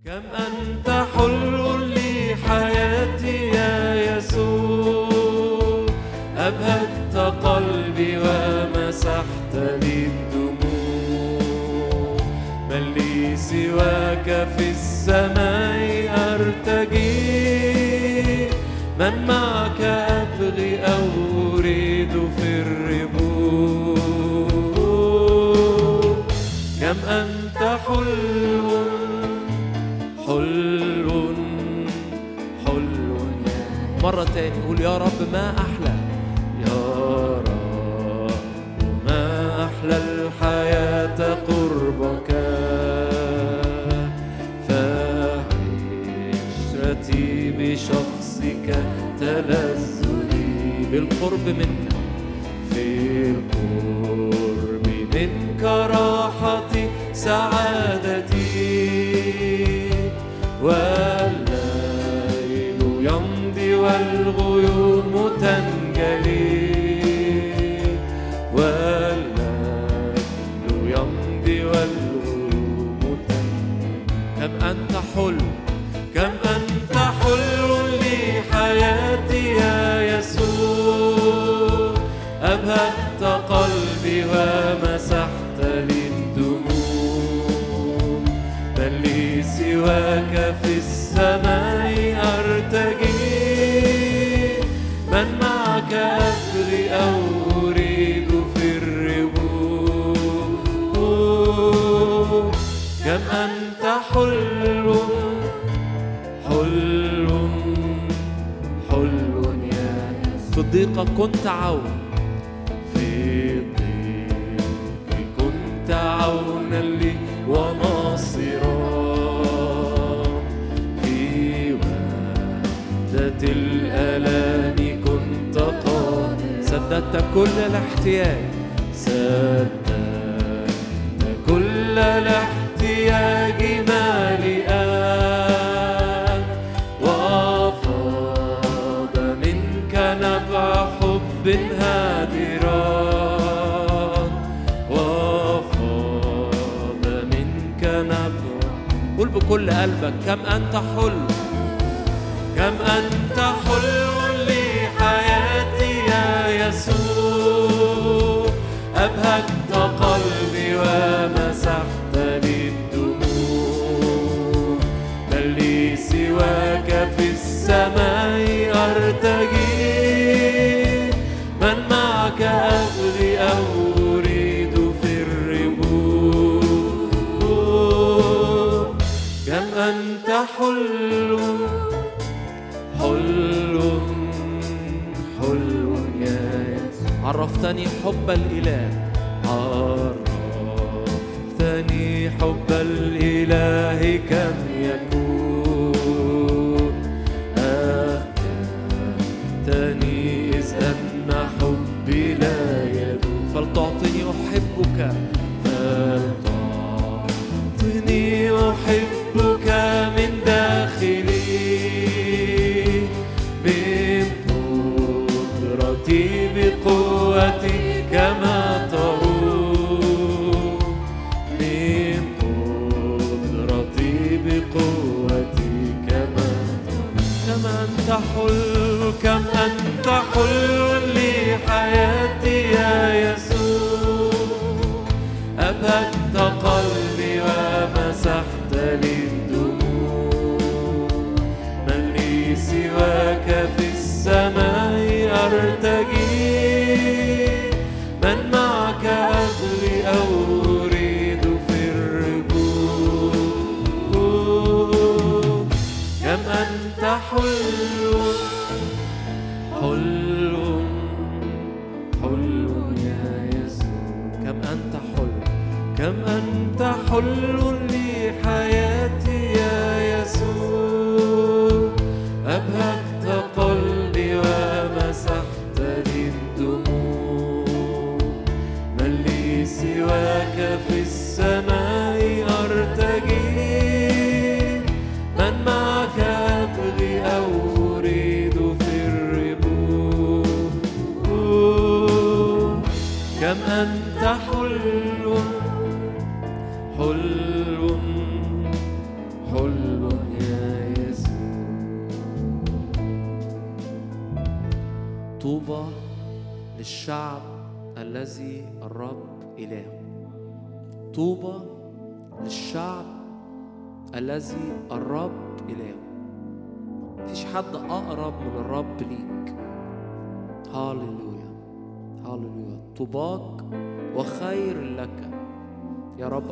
كم أنت حلو لحياتي يا يسوع، أبهجت قلبي ومسحت لي الدموع. من لي سواك في السماء أرتجي، من معك أبغي أو أريد في الربوع. كم أنت حلو حلو حلو. مرة تاني قول يا رب ما أحلى، يا رب ما أحلى الحياة قربك، فعشرتي بشخصك تلذذي. بالقرب منك، في القرب منك راحتي سعادتي، والليل يمضي والغيوم تنجلي، والليل يمضي والغيوم تنجلي. كم أنت حلو، كم أنت حلو لحياتي يا يسوع، أبهجت قلبي ومسحت لي الدموع. من لي سواك في السماء أرتجي، من معك أبغي أو أريد في الربوع. كم أنت حلو حلو حلو يا يسوع. في الضيقة كنت عون، في الضيق كنت عونا لي وناصرا، في وحدة الآلام كنت قادر. سددت كل الاحتياج، سددت كل الاحتياج مالئا، وفاض منك نبع حب هادرا، وفاض منك نبع. قل بكل قلبك كم أنت حلو، كم أنت حلو لحياتي يا يسوع، أبهجت قلبي ومسحت لي الدموع. من لي سواك في السماء أرتجي، من معك أبغي أو أريد في الربوع. كم أنت حلو حلو حلو يا يسوع. عرفتني حب الإله، عرفتني حب الإله كم يكون، أخذتني إذ أن حبي لا يدوم. فلتعطني أحبك، فلتعطني أحبك من داخلي، من قدرتي بقوتي كما تروم، من قدرتي بقوتي كما تروم. كم أنت حلو، كم أنت حلو لحياتي يا يسوع، أبهجت قلبي ومسحت لي الدموع. من لي سواك في السماء أرتجي، من معك أبغي أو أريد في الربوع. كم أنت حلو حلو حلو يا يسوع. كم أنت حلو، كم أنت حلو لحياتي يا يسوع، أبهجت قلبي ومسحت لي الدموع. من لي سواك في السماء أرتجي، من معك أبغي أو أريد في الربوع. كم أنت حلو حلو طوبى للشعب الذي الرب إلهه. طوبى للشعب الذي الرب إلهه. مفيش حد أقرب من الرب ليك. هاليلويا هاليلويا. طوباك وخير لك يا رب.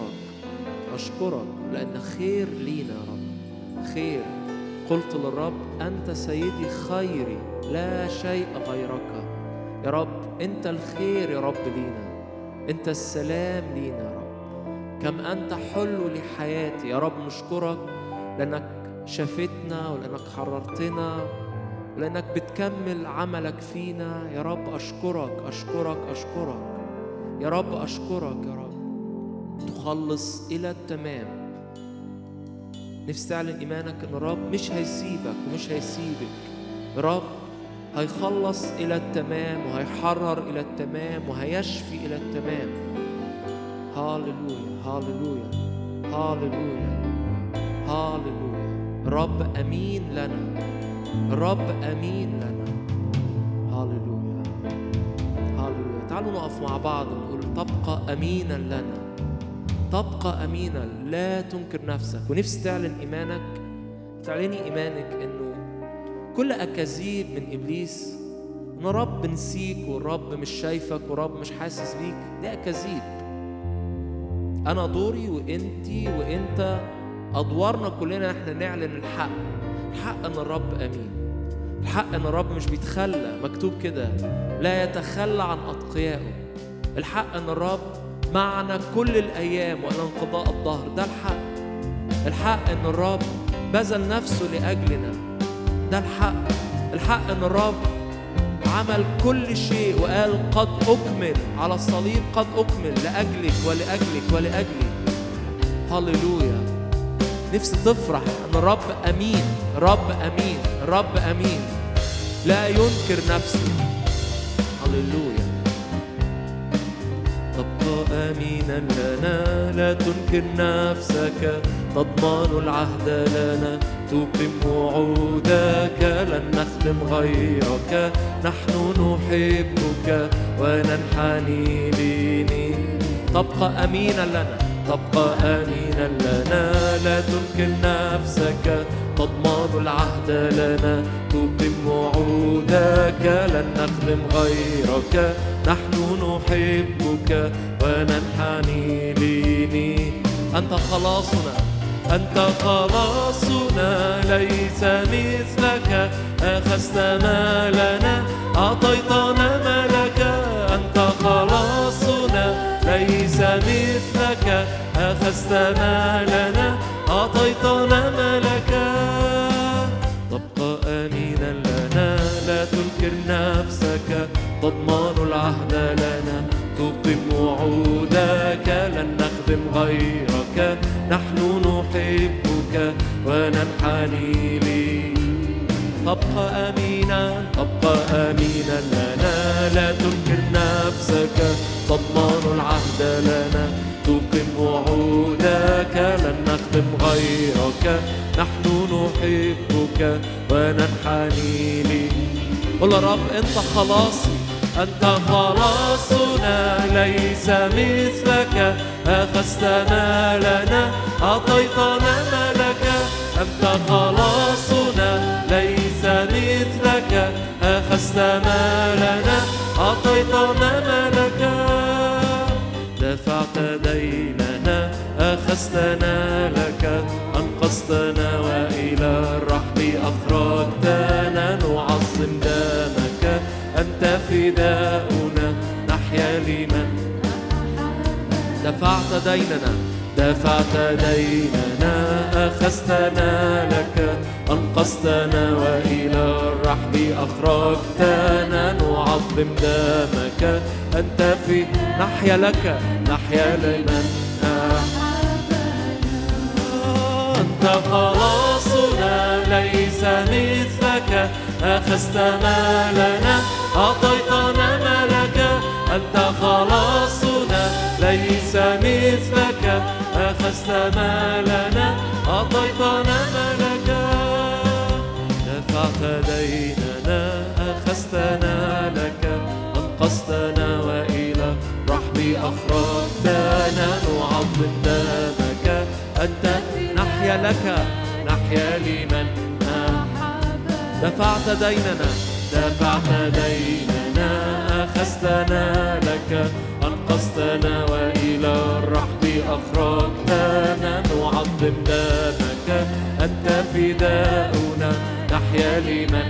أشكرك لأن خير لينا يا رب. خير. قلت للرب أنت سيدي خيري لا شيء غيرك يا رب. أنت الخير يا رب لينا. أنت السلام لينا يا رب. كم أنت حلو لحياتي يا رب. نشكرك لأنك شافتنا ولأنك حررتنا ولأنك بتكمل عملك فينا يا رب. أشكرك يا رب. أشكرك يا رب. تخلص إلى التمام. نفسي تعلن إيمانك إن الرب مش هيسيبك ومش هيسيبك. الرب هيخلص إلى التمام وهيحرر إلى التمام وهيشفي إلى التمام. هاليلويا هاليلويا هاليلويا هاليلويا. الرب أمين لنا. الرب أمين لنا. هاليلويا هاليلويا. تعالوا نقف مع بعض ونقول تبقى أمينا لنا. تبقى أمينا لا تنكر نفسك. ونفسي تعلن إيمانك. تعلني إيمانك إنه كل أكاذيب من إبليس إن الرب نسيك والرب مش شايفك والرب مش حاسس بيك، دي أكاذيب. أنا دوري وإنتي وإنت أدوارنا كلنا إحنا نعلن الحق. الحق إن الرب أمين. الحق إن الرب مش بيتخلى. مكتوب كده لا يتخلى عن أتقيائه. الحق إن الرب معنا كل الأيام وإلى انقضاء الدهر. ده الحق. الحق إن الرب بذل نفسه لأجلنا. ده الحق. الحق إن الرب عمل كل شيء وقال قد أكمل على الصليب. قد أكمل لأجلك ولأجلك ولأجلي. هاليلويا. نفسي تفرح أن الرب أمين. رب أمين. رب أمين لا ينكر نفسه. هاليلويا. تبقى أمينا لنا لا تنكر نفسك. تضمن العهد لنا تقيم وعودك. لن نخدم غيرك. نحن نحبك وننحني ليني. تبقى أمينا لنا. تبقى أمينا لنا لا تنكر نفسك. تضمن العهد لنا تقيم وعودك. لن نخدم غيرك. نحن نحبك وننحني ليني. أنت خلاصنا. أنت خلاصنا ليس مثلك. أخذت ما لنا أعطيتنا ملك. أنت خلاصنا ليس مثلك. أخذت ما لنا أعطيتنا ملك. تبقى أمينا لنا لا تنكر نفسك. تضمن العهد لنا تقيم وعودك. لن نخدم غيرك. نحن نحبك وننحني ليك. تبقى أمينا. تبقى أمينا لنا لا تنكر نفسك. تضمن العهد لنا تقيم وعودك. لن نخدم غيرك. نحن نحبك وننحني ليك. قل يا رب أنت خلاصي. أنت خلاصنا ليس مثلك. أخذت ما لنا أعطيتنا ملك. أنت خلاصنا ليس مثلك. أخذت ما لنا أعطيتنا ملك. دفعت ديننا أخذتنا لك. أنقذتنا وإلى الرحب أخرجتنا. نعظم دمك. أنت فداؤنا نحيا لمن. دفعت ديننا. دفعت ديننا أخذتنا لك. أنقذتنا وإلى الرحب أخرجتنا. نعظم دمك. أنت في نحيا لك. نحيا لمن أنت خلاصنا ليس مثلك. أخذت ما لنا أعطيتنا ملك. أنت خلاصنا ليس مثلك. أخذت ما لنا أعطيتنا ملك. دفعت ديننا أخذت أخذتنا لك، أنقذتنا وإلى الرحب أخرجتنا، نعظم دمك أنت، نحيا لك، نحيا لمن دفعت ديننا، دفعت ديننا، أخذتنا لك، أنقذتنا وإلى الرحب أخرجتنا، نعظم دمك أنت فداؤنا، نحيا لمن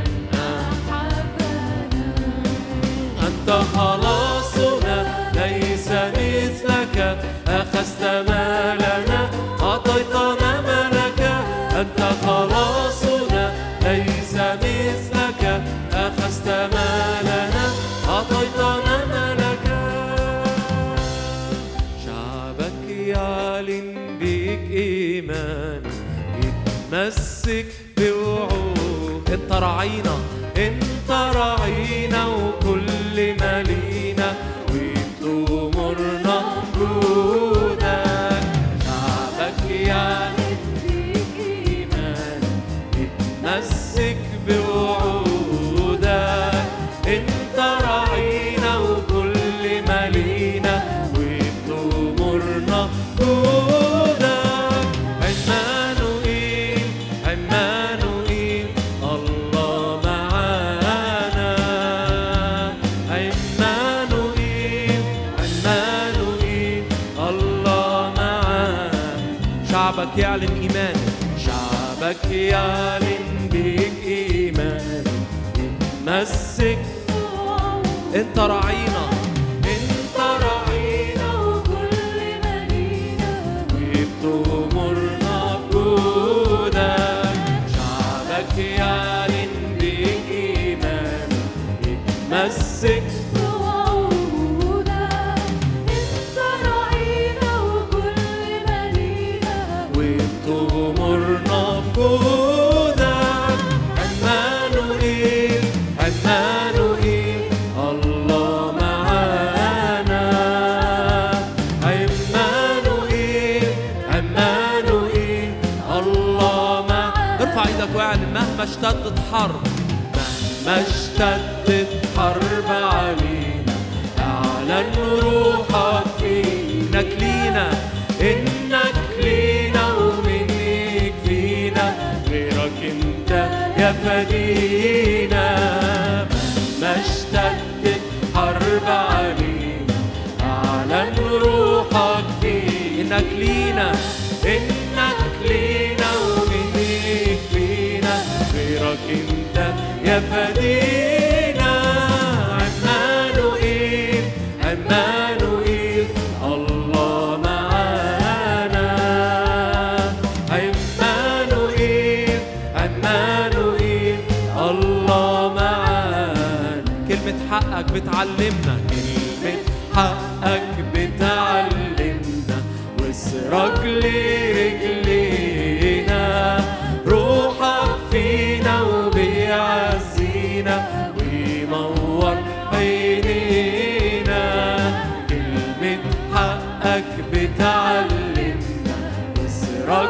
أنت خلاصنا، ليس مثلك، أخذت مالنا، أعطيتنا ملك، أنت خلاصنا، ليس مثلك، أخذت مالنا، أعطيتنا ملك. شعبك يعلن بك إيمان، يتمسك بوعود، أنت رعينا، أنت رعينا وكل ما لينا، وبتأمرنا بجودك. شعبك يعلن بك إيمان، يتمسك بوعودك، أنت رعينا وكل ما لينا، وبتأمرنا بجودك. عمانوئيل، عمانوئيل، الله معانا، عمانوئيل، عمانوئيل، الله معانا. شعبك يعلن إيمان، شعبك يعلن بك إيمان، يتمسك، أنت رعينا، أنت رعينا وكل ما لينا، وبتأمرنا بجودك. شعبك يعلن بك إيمان، يتمسك بوعودك، أنت رعينا وكل ما لينا، وبتأمرنا بجودك. عمانوئيل، عمانوئيل، الله معانا، عمانوئيل، عمانوئيل، الله معانا. ارفع ايدك واعلن، مهما اشتدت حرب، مهما اشتدت حرب علينا، اعلن روحك فينا، إنك لينا، إنك لينا، ومن يكفينا غيرك أنت يا فدينا. مهما اشتدت حرب علينا، أعلن روحك فينا، إنك لينا، إنك لينا، ومن يكفينا غيرك أنت يا فدينا. عمانوئيل، عمانوئيل، الله معانا، عمانوئيل، عمانوئيل، الله معانا. كلمة حقك بتعلمنا، كلمة حقك بتعلمنا، وسرك لرجلينا، روحك فينا وبيعزينا، وينور عينينا. كلمة حقك بتعلمنا، وسرك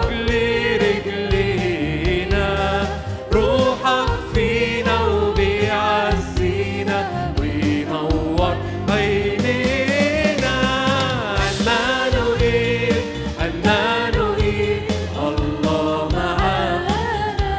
لرجلينا، روحك فينا وبيعزينا، وينور عينينا. عمانوئيل، عمانوئيل، الله معانا،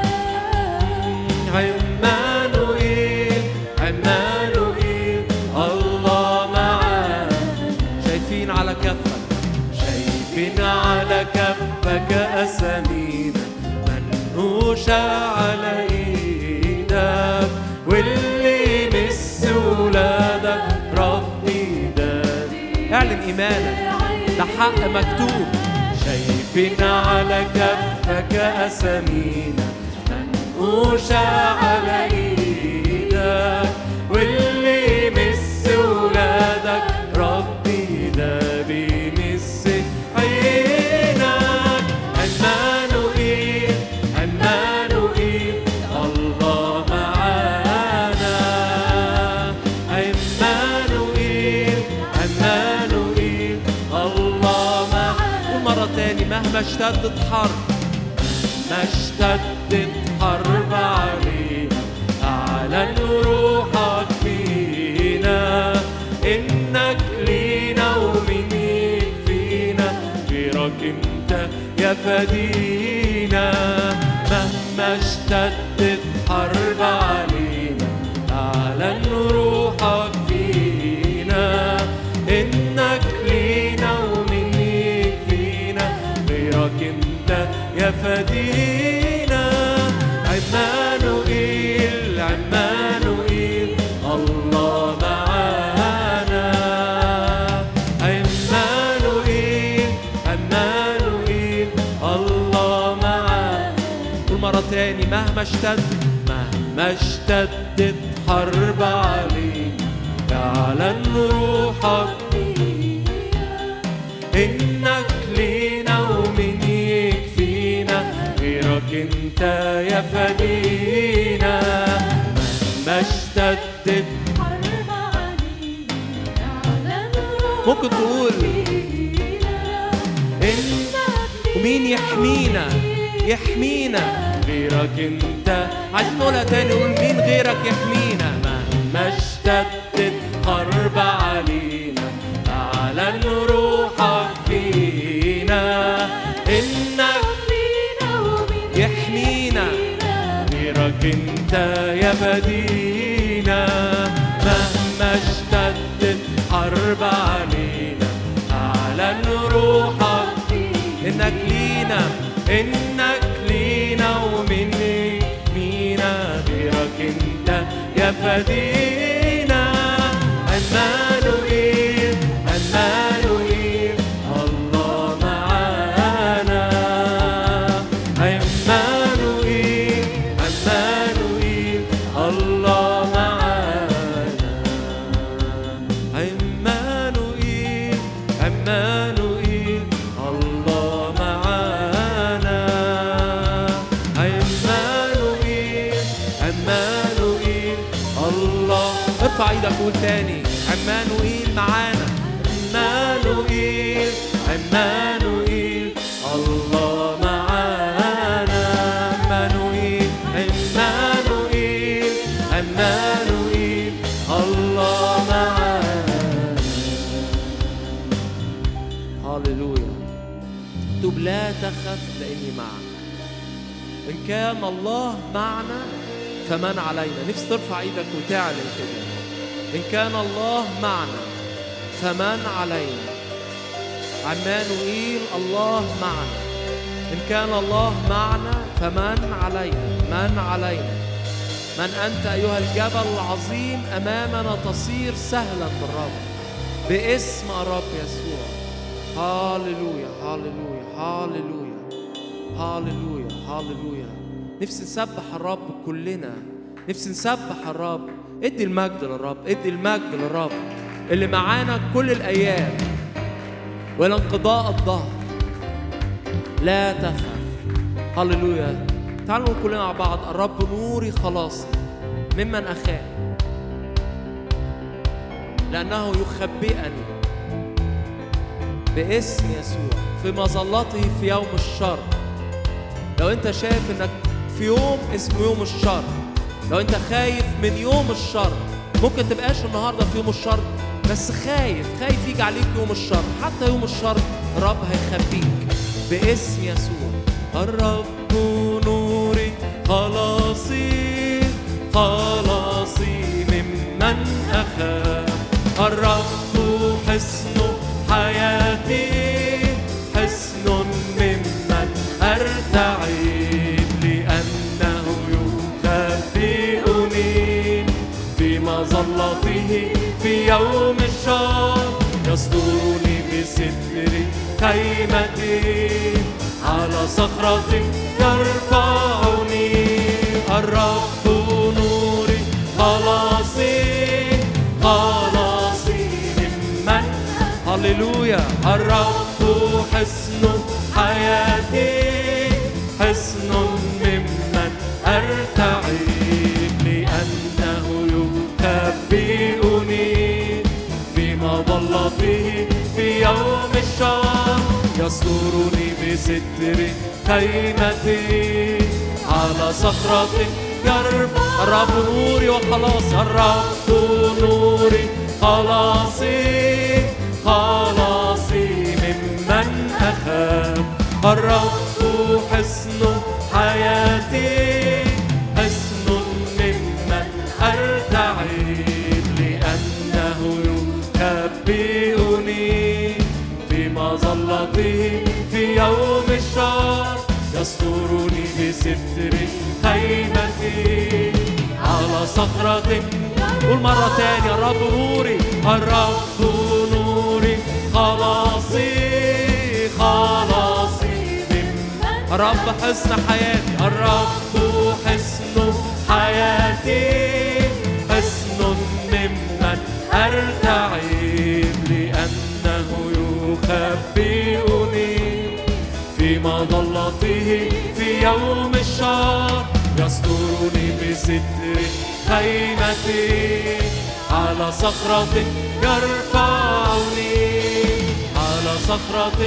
عمانوئيل، عمانوئيل، الله معانا. شايفين على كفك، شايفين على كفك أسامينا، منقوشة على إيدك، واللي يمس ولادك ربي داري. اعلن إيمانك، ده حق مكتوب. شايفين على كفك أسامينا، منقوشة على إيدك، واللي يمس ولادك ربي ده بيمس عينك. عمانوئيل، عمانوئيل، الله معانا، عمانوئيل، عمانوئيل، الله معانا. ومرة تاني، مهما اشتدت حرب، مهما اشتدت حرب علينا، أعلن روحك فدينا، مهما اشتدت حرب علينا أعلن روحك فينا، إنك لينا ومن يكفينا غيرك انت يا فدينا. عمانوئيل عمانوئيل الله معانا، عمانوئيل عمانوئيل الله معانا. قول مرة تاني، مهما اشتدت حرب علينا يعلن روحك إنك لينا ومن يكفينا غيرك انت يا فدينا. مهما اشتدت حرب علينا يعلن روحك. ممكن تقول ومين يحمينا؟ يحمينا غيرك انت. عايزين نقولها تاني، قول مين غيرك يحمينا. مهما اشتدت حرب علينا أعلن روحك فينا، إنك يحمينا غيرك انت يا فدينا. مهما اشتدت حرب علينا أعلن روحك إنك لينا، إنك لينا ومن يحمينا غيرك انت يا فدينا. عمانوئيل عمانوئيل الله معانا، عمانوئيل عمانوئيل الله معانا، عمانوئيل عمانوئيل الله معانا، عمانوئيل عمانوئيل الله. ارفع ايدك قول تاني، عمانوئيل معانا، عمانوئيل عمانوئيل الله معانا، عمانوئيل عمانوئيل عمانوئيل الله معانا. هاليلويا. اكتب لا تخف لاني معك. ان كان الله معنا فمن علينا. نفسي ترفع ايدك وتعلن كده، إن كان الله معنا فمن علينا. عمانوئيل الله معنا. إن كان الله معنا فمن علينا. من علينا؟ من أنت أيها الجبل العظيم؟ أمامنا تصير سهلا بالرب باسم الرب يسوع. هاليلويا هاليلويا هاليلويا هاليلويا هاليلويا. نفسي نسبح الرب كلنا، نفسي نسبح الرب. ادي المجد للرب، ادي المجد للرب اللي معانا كل الأيام وإلى انقضاء الظهر. لا تخف. هللويا. تعالوا نقول كلنا مع بعض، الرب نوري خلاصي ممن أخاف، لأنه يخبئني باسم يسوع في مظلته في يوم الشر. لو أنت شايف إنك في يوم اسمه يوم الشر، لو أنت خايف من يوم الشر، ممكن تبقاش النهاردة في يوم الشر بس خايف يجي عليك يوم الشر، حتى يوم الشر الرب هيخبيك باسم يسوع. الرب نوري خلاصي، خلاصي ممن أخاف. الرب حصن حياتي، حصن ممن أرتعب، لأنه يخبئني في مظلته في يوم الشر. يسترني بستر خيمتي، على صخرة يرفعني. الرب نوري خلاصي، خلاصي ممن. هللويا. الرب حصن حياتي، حصن ممن أرتعب، لأنه يخبئني في مظلته في يوم الشر. يسترني بستر خيمتي، على صخرة يرفع. الرب نوري وخلاص، الرب نوري خلاصي، خلاصي ممن أخاف. الرب حياتي، حصن ممن أرتعب، لأنه يخبئني في مظلته في يوم الشر، يسترني بستر خيمتي على صخرة. قول مرة تاني: الرب نوري، الرب نوري، خلاصي خلاصي ممن. الرب حصن حياتي، الرب حصن حياتي، حصن ممن أرتعب، لأنه يخبئني في مظلته في يوم الشر، يسترني بستر خيمتي على صخرة يرفعني، على صخرة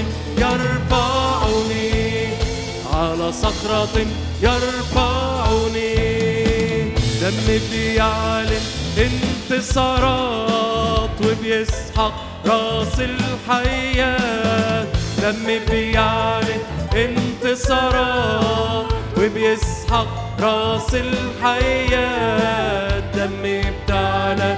يرفعني، على صخرة يرفعني. دمي بيعلن انتصارات وبيسحق راس الحياة، دمي بيعلن انتصارات وبيسحق راس الحياة، دمي بتعلى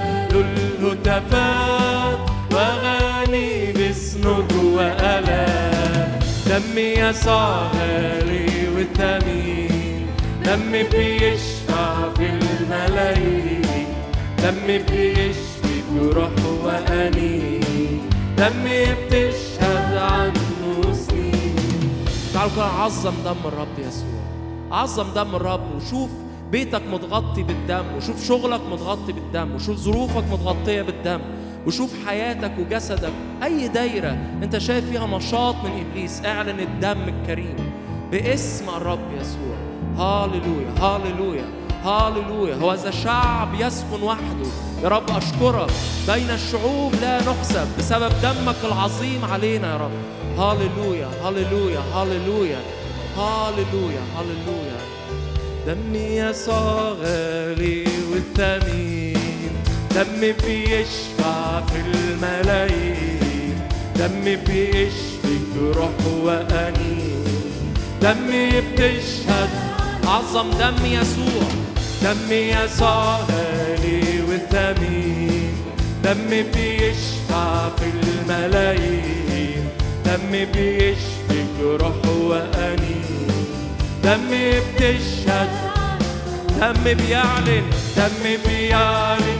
الهتافات وأغاني بسنود وآلام، دمي يسوع غالي وثمين، دمي بيشفع في الملايين، دمي بيشفي جروح وأنين، دمي بتشهد عنه سنين. تعالوا كده عظم دم الرب يسوع، عظم دم الرب، وشوف بيتك متغطي بالدم، وشوف شغلك متغطي بالدم، وشوف ظروفك متغطية بالدم، وشوف حياتك وجسدك أي دايرة أنت شايف فيها نشاط من إبليس، اعلن الدم الكريم باسم الرب يسوع. هاليلويا هاليلويا هاليلويا. هو ذا شعب يسكن وحده. يا رب أشكرك، بين الشعوب لا نحسب بسبب دمك العظيم علينا يا رب. هاليلويا هاليلويا هاليلويا هاليلويا هاليلويا. دمي يسوع غالي والثمين، دمي بيشفع في الملايين، دمي بيشفي جروح وأنين، دمي بتشهد. عظم دم يسوع، دمي يسوع غالي والثمين، دمي بيشفع في الملايين، دمي بيشفي جروح وأنين، دمي بتشهد. دمي بيعلن، دمي بيعلن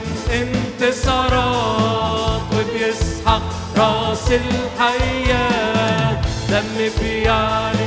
انتصارات وبيسحق راس الحياة، دمي بيعلن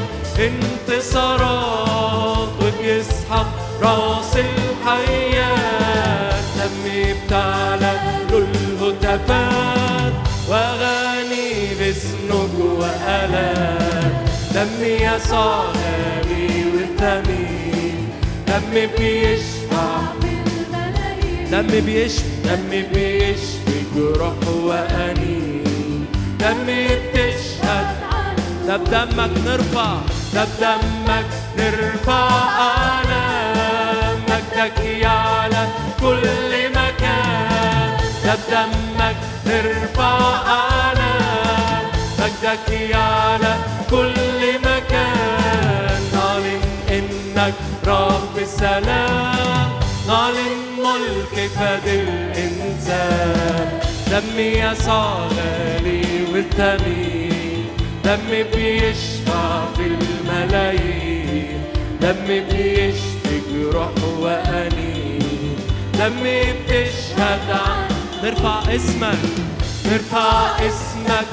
انتصارات وبيسحق راس الحياة، دمي بتعلى الهتافات وأغاني بسنود وآلام، دمي يسوع غالي والثمين، دمي بيشفع في الملايين، دمي بيشفي، دمي بيشفي جروح وأنين، دمي بتشهد. ده بدمك نرفع، ده بدمك نرفع أعلام، مجدك يعلى كل مكان، ده بدمك نرفع أعلام، مجدك يعلى كل مكان. نعلن إنك رب السلام، نعلن ملك فدي الإنسان، دمي يسوع غالي والثمين، دمي بيشفع في الملايين، دمي بيشفي جروح وأنين، دمي بتشهد عن. نرفع اسمك، نرفع اسمك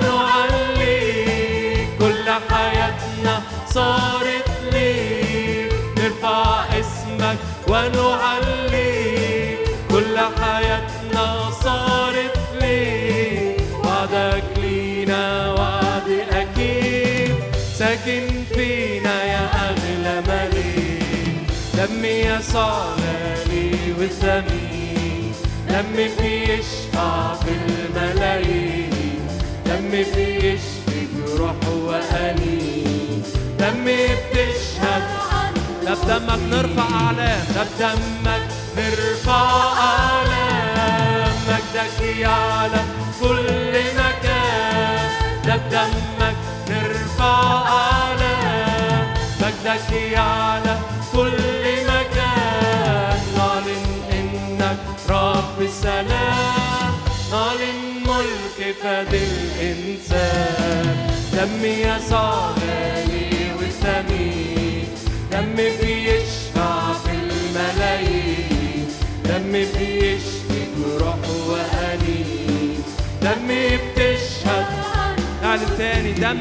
ونعليك، كل حياتنا صارت ليك، نرفع اسمك ونعليك، كل حياتنا صارت ليك، وعدك لينا وعد أكيد ساكن فينا يا أغلى مليك، دمي يسوع غالي والثمين، دمي بيشفع في الملايين، دمي بيشفي جروح وأنين، دمي بتشهد. ده بدمك نرفع أعلام، ده بدمك نرفع أعلام، مجدك يعلى كل مكان، ده بدمك نرفع أعلام، مجدك مجدك يعلى كل مكان، نعلن إنك رب السلام، نعلن ملك فادي الإنسان. دم يسوع غالي وثمين، دم بيشفع في الملايين، دم بيشفي جروح وأنين، دم بتشهد. نعلن تاني، دم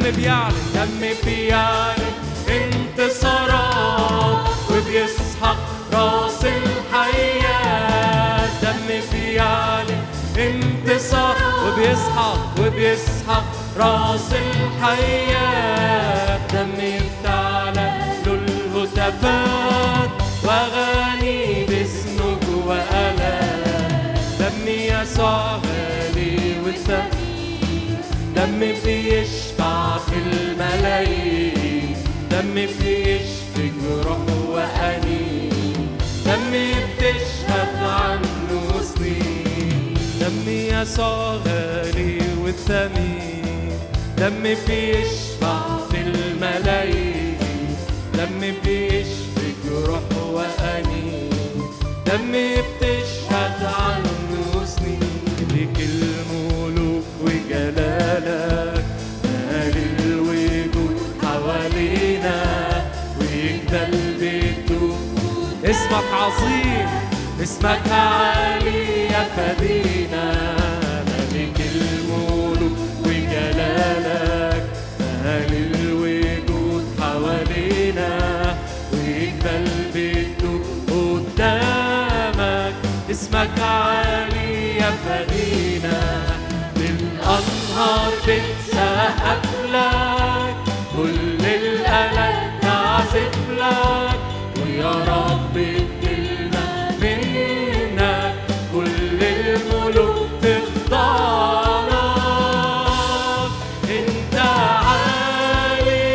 بيعلن انتصارات وبيسحق راس الحياة. دم بيعلن انتصار وبيسحق راس الحياة. دم بتعلن للهتافات وأغاني باسمه وآلام. دم يسوع غالي والثمين، دم بيشفع في الملايين، دم بيشفي جروح وأنين، دم بتشهد عنه سنين. دم يسوع غالي والثمين، دم بيشفع في الملايين، دم بيشفي جروح وأنين، دم بتشهد عنه سنين. ليك الملوك وجلالك مال الوجود حوالينا، ويجدل بالدود. اسمك عظيم، اسمك عالي يا فدينا. ملك الملوك وجلالك مال الوجود حوالينا، ويجدل بالدود قدامك. اسمك عالي يا فدينا، للأنهار بتسقف لك، كل الآلات تعزف لك، ويا رب الكلمة منك كل الملوك تخضع لك. انت عالي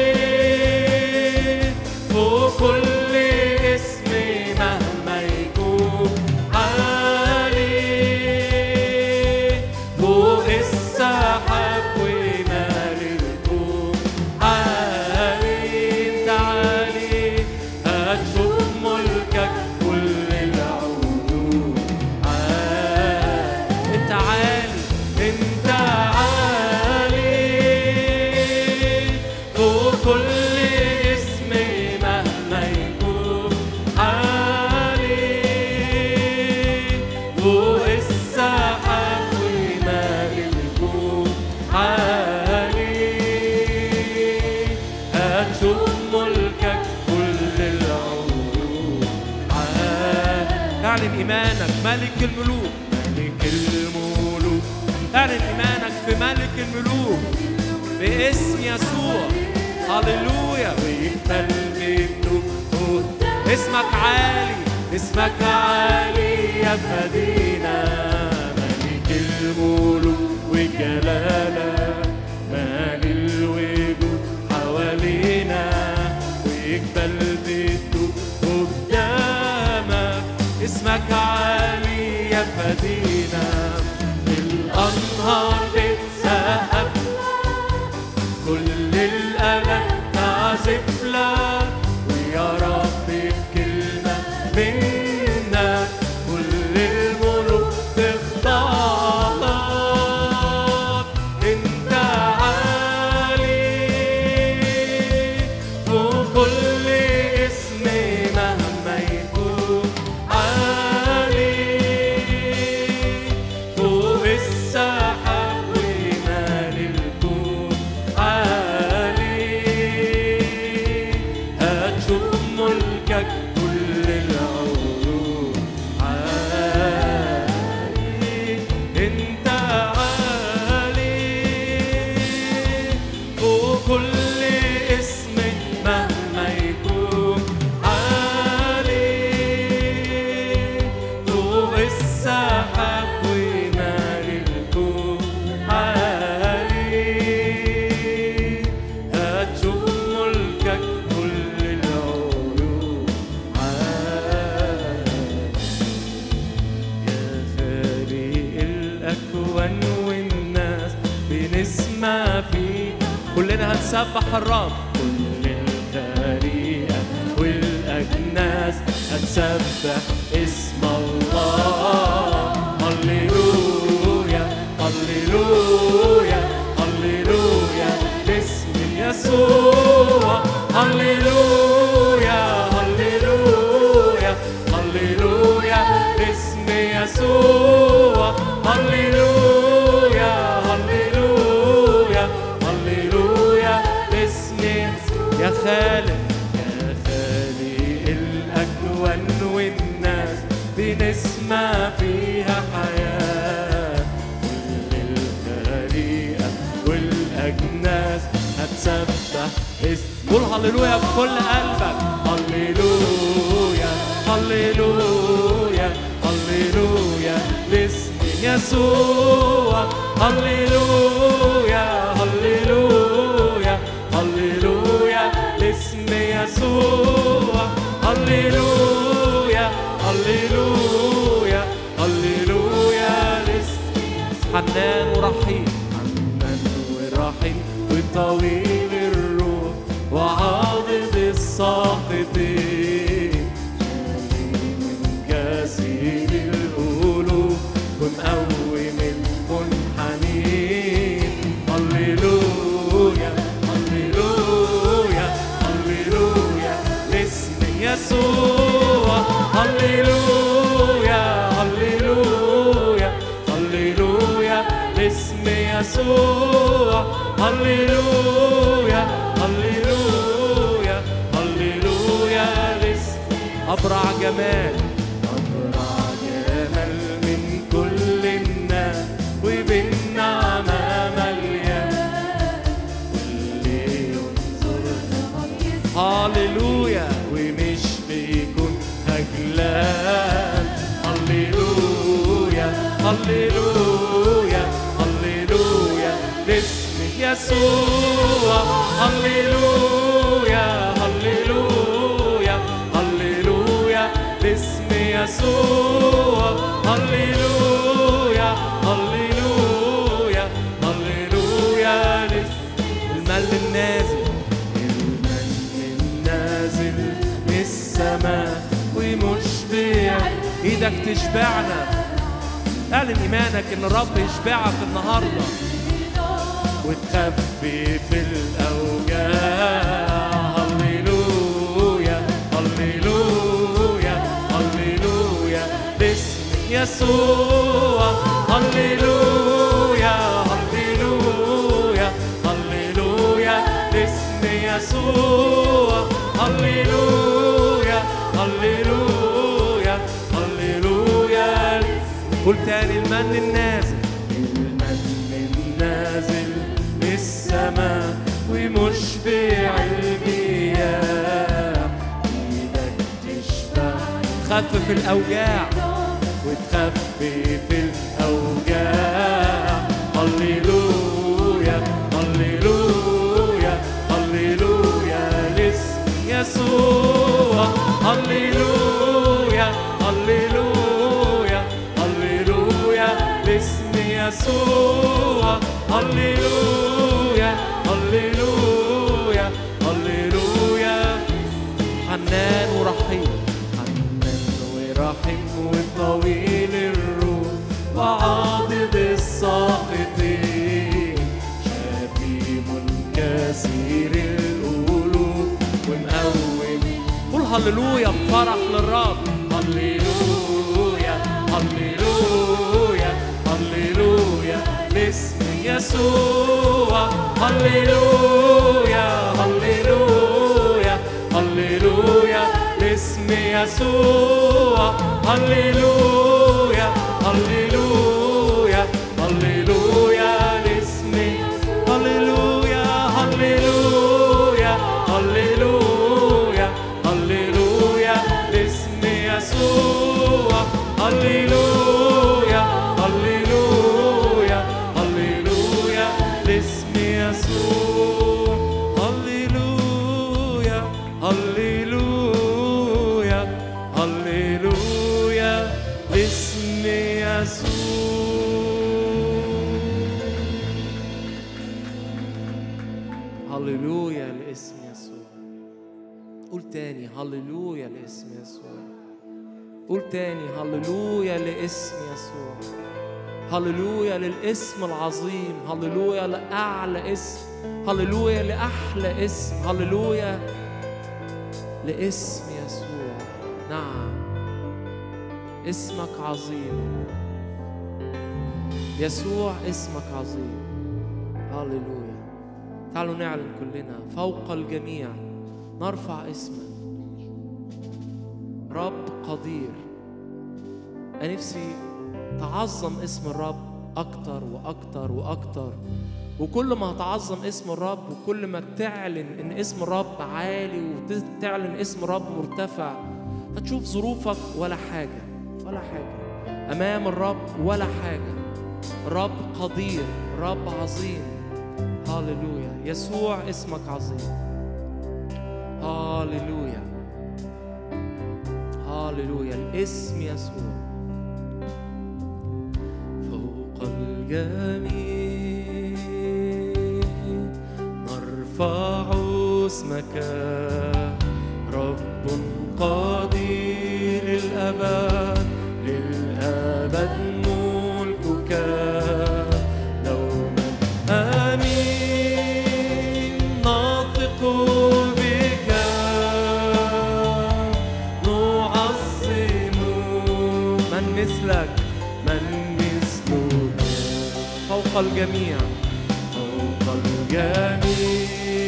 فوق كل اسم مهما يكون، عالي فوق السحاب ومال الكون. عالي انت عالي، هتشوف ملكك كل العهود. انت عالي، انت عالي فوق كل اسم مهما يكون، عالي فوق السحاب ومال الكون. عالي هتشوف ملكك كل العهود. اعلن إيمانك ملك الملوك، ملك الملوك. اعلن إيمانك في ملك الملوك باسم يسوع. هللويا. ويقبل بالدود. اسمك عالي، اسمك عالي يا فدينا. ملك الملوك وجلالك مال الوجود حوالينا، ويقبل بالدود قدامك. اسمك عالي يا فدينا، الأنهار بتسقف، كل الآلات تعزف لك، ويا رب الكلمة منك كل الملوك تخضع لك. انت عالي فوق كل اسم مهما يكون، عالي فوق السحاب ومال الكون. عالي هتشوف ملكك كل العهود. عالي انت عالي فوق كل اسم مهما يكون، عالي فوق السحاب ومال الكون. عالي هتشوف ملكك كل العيون. عالي يا خالق الأكوان والناس بنسمع فيك. كلنا هنسبح الرب، كل الخليقة هنسبح اسم الله. هللويا هللويا هللويا لاسم يسوع. هللويا هللويا هللويا لاسم يسوع. هللويا هللويا هللويا لاسم يسوع. يا خالق الأكوان والناس بنسمع فيها حياة. كل الخليقة والأجناس هتسبح اسم. قول هللويا بكل قلبك. هللويا هللويا هللويا لاسم يسوع. هللويا هللويا هللويا لاسم يسوع. هللويا هللويا هللويا لاسم يسوع. حنان ورحيم حنان ورحيم وطويل الروح وعاضد الساقطين. من كثير القلوب ومقوم المنحنين. هللويا هللويا هللويا لاسم يسوع. هللويا هللويا هللويا لاسم يسوع. هللويا هللويا هللويا لاسم. أبرع جمال أبرع جمال من كل الناس وبالنعمة مليان. واللي ينظر هللويا ومش بيكون هجلان. هللويا هللويا هللويا لاسم يسوع. هللويا هللويا هللويا لاسم يسوع. هللويا هللويا هللويا لاسم. المن النازل المن النازل من السماء ومشبع. ايدك تشبعنا. اعلن ايمانك ان الرب يشبعك النهارده وتخفف الاوجاع. هللويا هللويا هللويا لاسم يسوع. هللويا هللويا هللويا لاسم يسوع. هللويا هللويا هللويا. قول تاني. المن النازل المن النازل من السماء ومشبع المياه. ايدك تشبع تخفف الاوجاع وتخفف الاوجاع. هللويا هللويا هللويا لاسم يسوع. هللويا هللويا هللويا لاسم يسوع. هللويا هللويا هللويا. حنان ورحيم حنان ورحيم وطويل الروح وعاضد الساقطين. شفيع كثير القلوب ومقوم. قول هللويا بفرح للرب. هللويا هللويا هللويا لاسم يسوع. هللويا هللويا هللويا لاسم يسوع. هللويا هللويا هللويا لاسم. هللويا هللويا هللويا هللويا لاسم يسوع. هللويا هللويا هللويا لاسم يسوع. هللويا هللويا هللويا لاسم يسوع. هللويا لاسم يسوع. قول تاني. هللويا لاسم يسوع. قول تاني هللويا لاسم يسوع، هللويا للاسم العظيم، هللويا لأعلى اسم، هللويا لأحلى اسم، هللويا لاسم يسوع. نعم اسمك عظيم يسوع، اسمك عظيم. هللويا. تعالوا نعلن كلنا فوق الجميع، نرفع اسمك رب قدير. أنا نفسي تعظم اسم الرب أكتر وأكتر وأكتر، وكل ما هتعظم اسم الرب وكل ما بتعلن إن اسم الرب عالي وتعلن اسم الرب مرتفع، هتشوف ظروفك ولا حاجة ولا حاجة أمام الرب، ولا حاجة. رب قدير، رب عظيم. هاليلويا. يسوع اسمك عظيم. هاليلويا هاليلويا. الاسم يسوع فوق الجميع نرفع اسمك، رب قدير للأبد، للأبد ملكك دوما آمين. نثق بك نعظم، من مثلك من مثلك فوق الجميع، فوق الجميع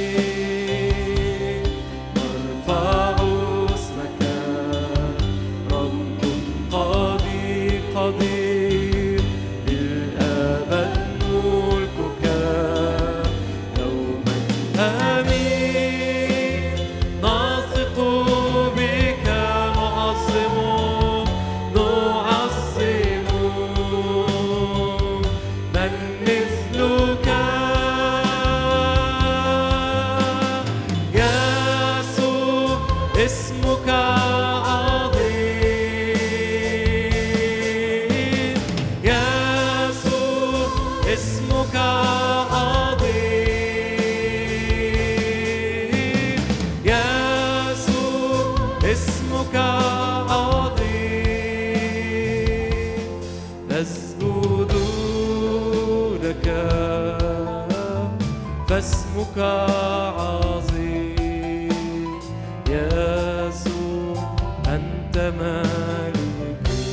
نرفع اسمك، رب قدير قدير للأبد ملكك دوما آمين. نثق بك نعظم نعظم، من مثلك يسوع اسمك عظيم، يسوع اسمك عظيم، يسوع اسمك عظيم. نسجد لك فاسمك عظيم، يسوع أنت مالكي.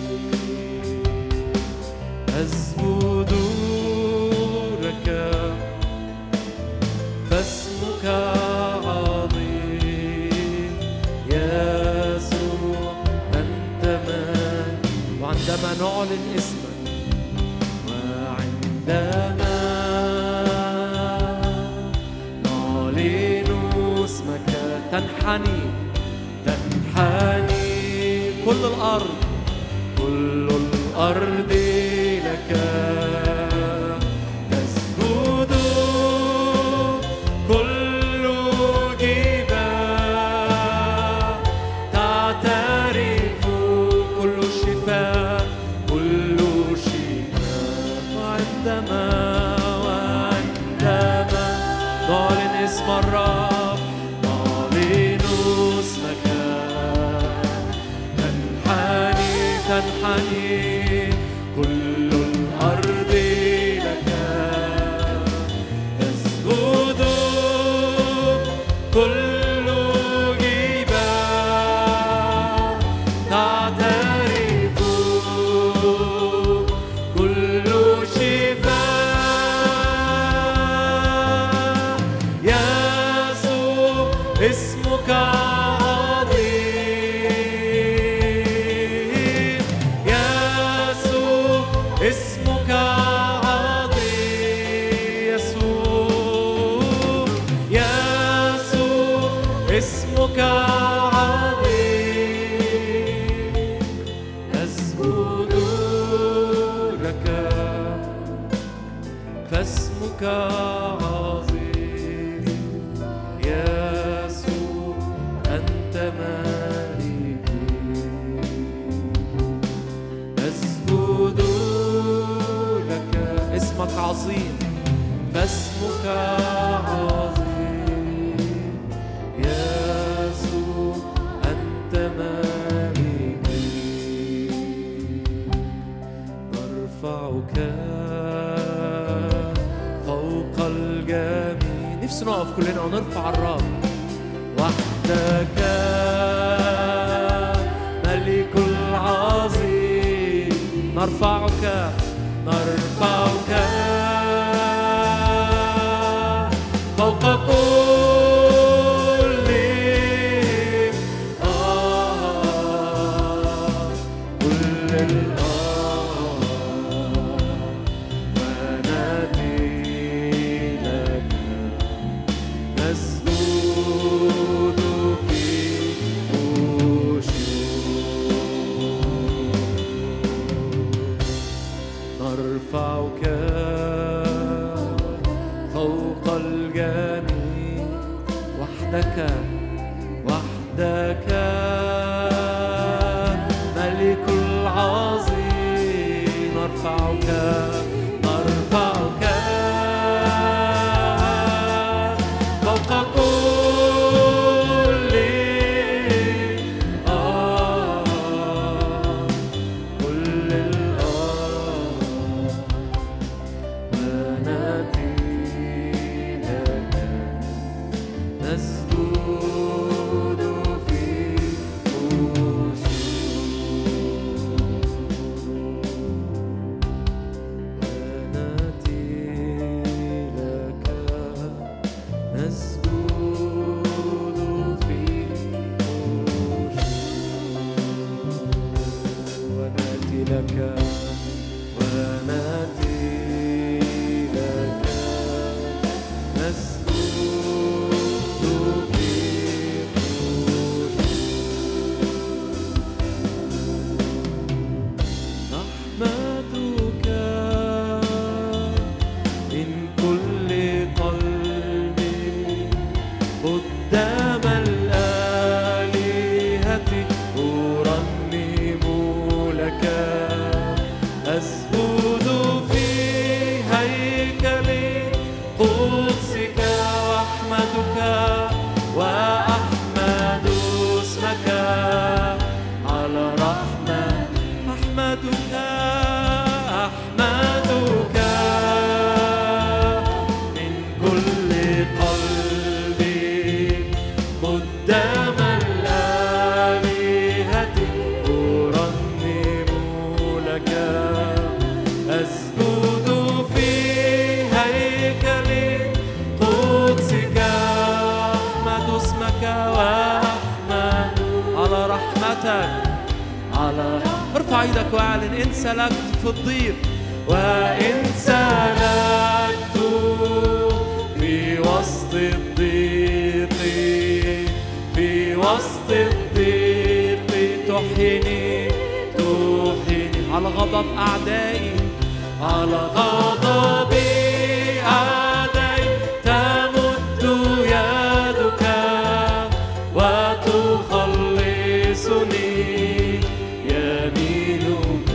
أسجد لك فاسمك عظيم، يسوع أنت مالكي. وعندما نعلن اسمك، وعندما نعلن اسمك تنحني تنحني كل الأرض، كل الأرض لك تسجد، كل جبال تعترف، كل شفاء كل شفاء. وعندما نعلن اسم الرب، نعلن اسمك تنحني كل الأرض لك تسجد، كل جبال تعترف، كل شفاء. يسوع اسمك عظيم، فوق الجميع. نفسي نقف كلنا ونرفع الرب. وحدك ملك العظيم، نرفعك فوق كل كل ونادي لك نسجد في خشوع، نرفعك فوق الجميع. وحدك ملك العظيم، نرفعك فوق كل كل ونأتي لك نسجد في خشوع، ونأتي لك نسجد في خشوع، ونأتي لك ارفع ايدك واعلن إن سلكت في الضيق، وإن سلكت في وسط الضيق، في وسط الضيق تحيني على غضب أعدائي، على غضب أعدائي تمد يدك وتخلصني يمينك.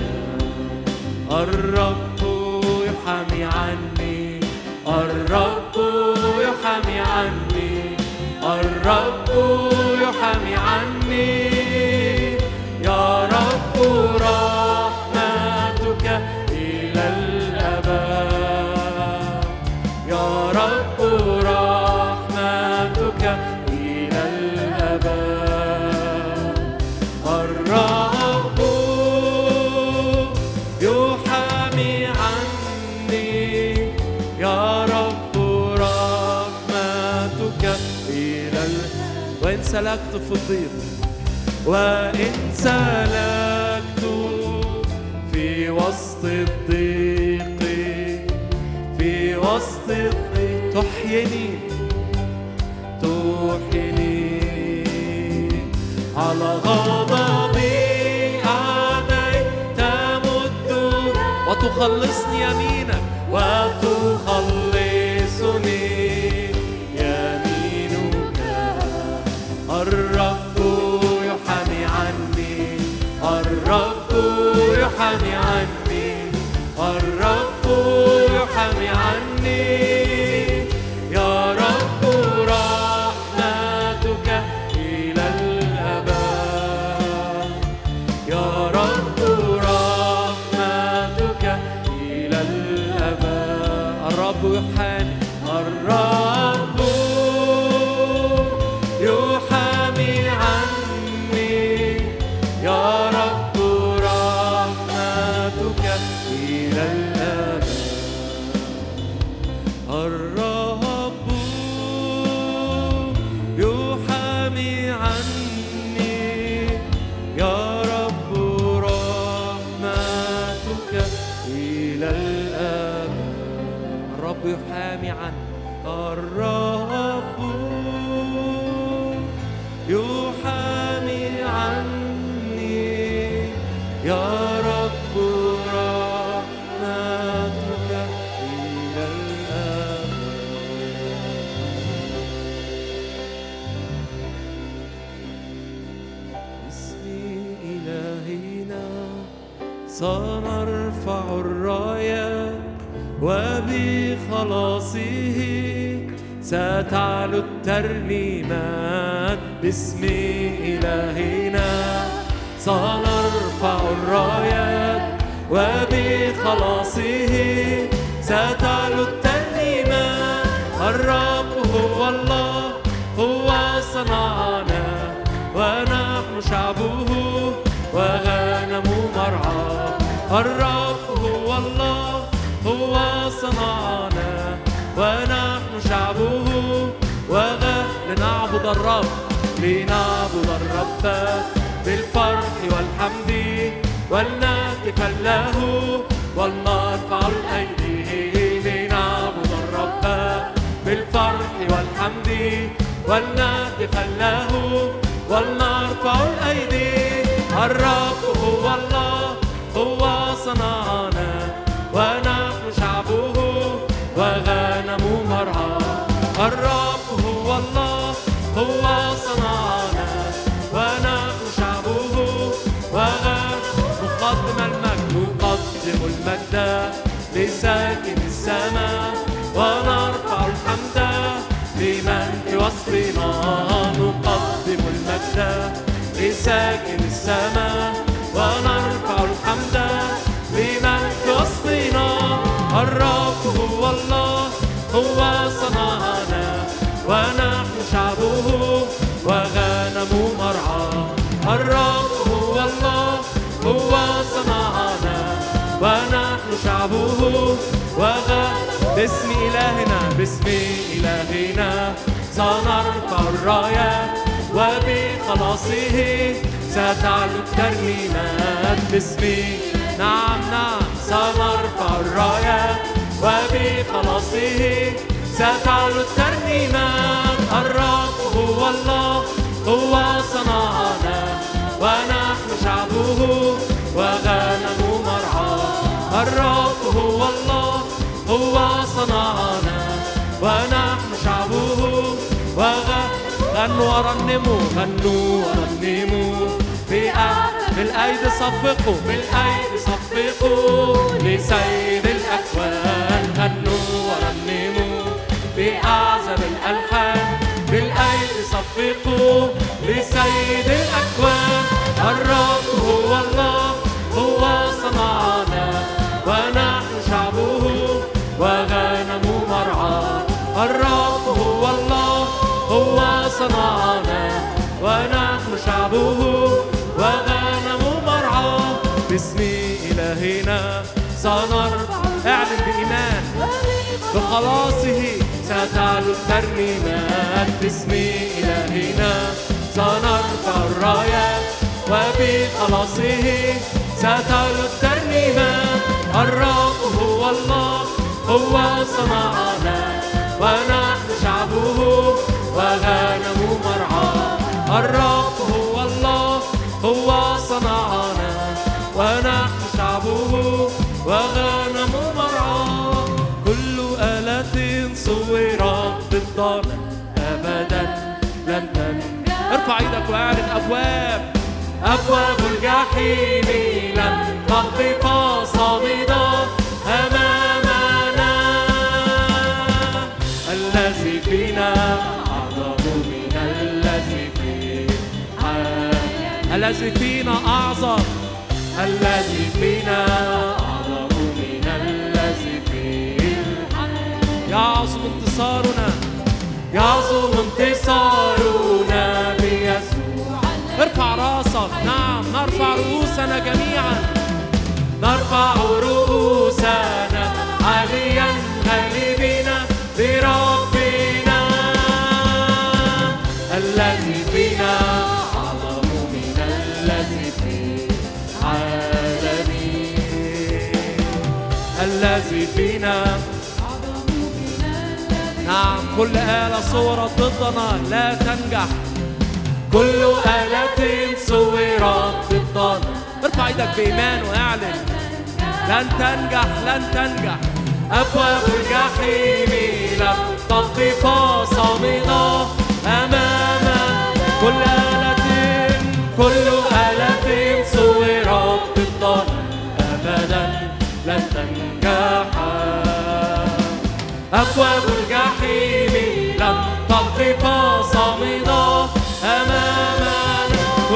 الرب يحامي عني، الرب يحامي عني، الرب يحامي عني. يا رب رحمتك إلى الأبد، يا رب رحمتك إلى الأبد. الرب يحامي عني، يا رب رحمتك إلى وإن سلكت في الضيق، وإن سلكت في وسط الضيق، في وسط الضيق تحيني على غضب أعدائي تمد وتخلصني يمينك، وتخلصني يمينك. الرب يحامي عني، الرب يحامي عني، الرب يحامي عني. يا رب رحمتك إلى الأبد، يا رب رحمتك إلى يا رب رحمتك إلى الأبد. باسم إلهنا سنرفع الرايات وبخلاصه ستعلو الترنيمات. باسم إلهنا سنرفع الرايات وبخلاصه ستعلو الترنيمات. الرب هو الله، هو صنعنا ونحن شعبه وغنم مرعاه. الرب هو الله، هو صنعنا ونحن شعبه لنعبد الرب، لنعبد الرب بالفرح والحمد ولنهتف له ولنرفع الأيدي. لنعبد الرب بالفرح والحمد ولنهتف له ولنرفع الأيدي. الرب هو الله، هو صنعنا ونحن شعبه وغنم مرعاه. الرب هو الله، هو صنعنا ونحن شعبه وغنم. نقدم المجد لساكن السماء ونرفع الحمد لمن في وسطنا. نقدم المجد لساكن السماء ونرفع الحمد لمن في وسطنا. الرب هو الله، هو صنعنا ونحن شعبه وغنم مرعاه. الرب هو الله، هو صنعنا ونحن شعبه وغنم. باسم إلهنا، باسم إلهنا سنرفع الرايات وبخلاصه ستعلو الترنيمات. باسمي نعم سنرفع الرايات وبخلاصه ستعلو الترنيمات. الرب هو الله، هو صنعنا ونحن شعبه وغنم مرعاه. الرب هو الله، هو صنعنا ونحن شعبه وغنم. غنوا ورنموا، غنوا ورنموا بالأيدي صفقوا، بالأيدي صفقوا لسيد الأكوان. غنوا ورنموا بأعظم الألحان، بالأيدي صفقوا لسيد الأكوان. الرب هو الله، هو صنعنا ونحن شعبه وغنم مرعاه. الرب هو الله، هو صنعنا ونحن شعبه وغنم مرعاه. باسم إلهنا سنرفع، اعلن بإيمان بخلاصه ستعلو الترنيمات. باسم إلهنا سنرفع الرايات وبخلاصه ستعلو الترنيمات. الرب هو الله، هو صنعنا ونحن شعبه وغنم مرعاه. الرب هو الله، هو صنعنا ونحن شعبه وغنم مرعاه. كل آلة صورت ضدنا أبدا لن تنجح. ارفع ايدك واعلن. أبواب الجحيم لن تقف صامدة أمامنا. الذي فينا أعظم من الذي فينا، الذي فينا أعظم، الذي فينا أعظم من الذي فينا. يعظم انتصارنا، يعظم انتصارنا بيسوع. ارفع راسك. نعم نرفع رؤوسنا جميعا، نرفع رؤوسنا عاليا غالبين بربنا. الذي فينا أعظم من الذي في العالمين. الذي فينا أعظم من الذي. نعم كل آلة صورت ضدنا لا تنجح. كل آلة صورت ضدنا. ارفع ايدك بإيمان واعلن لن تنجح لن تنجح. أبواب الجحيم لم تقف صامدة أمام كل آلة صورت بالضلال أبدا لن تنجح. أبواب الجحيم لم تقف صامدة أمام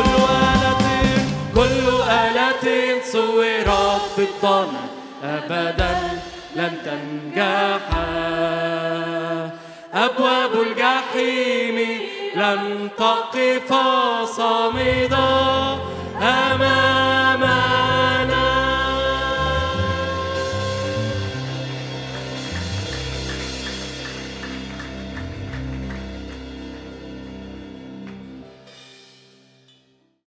كل آلة صورت بالضلال أبدا لن تنجح. أبواب الجحيم لن تقف صامدة أمام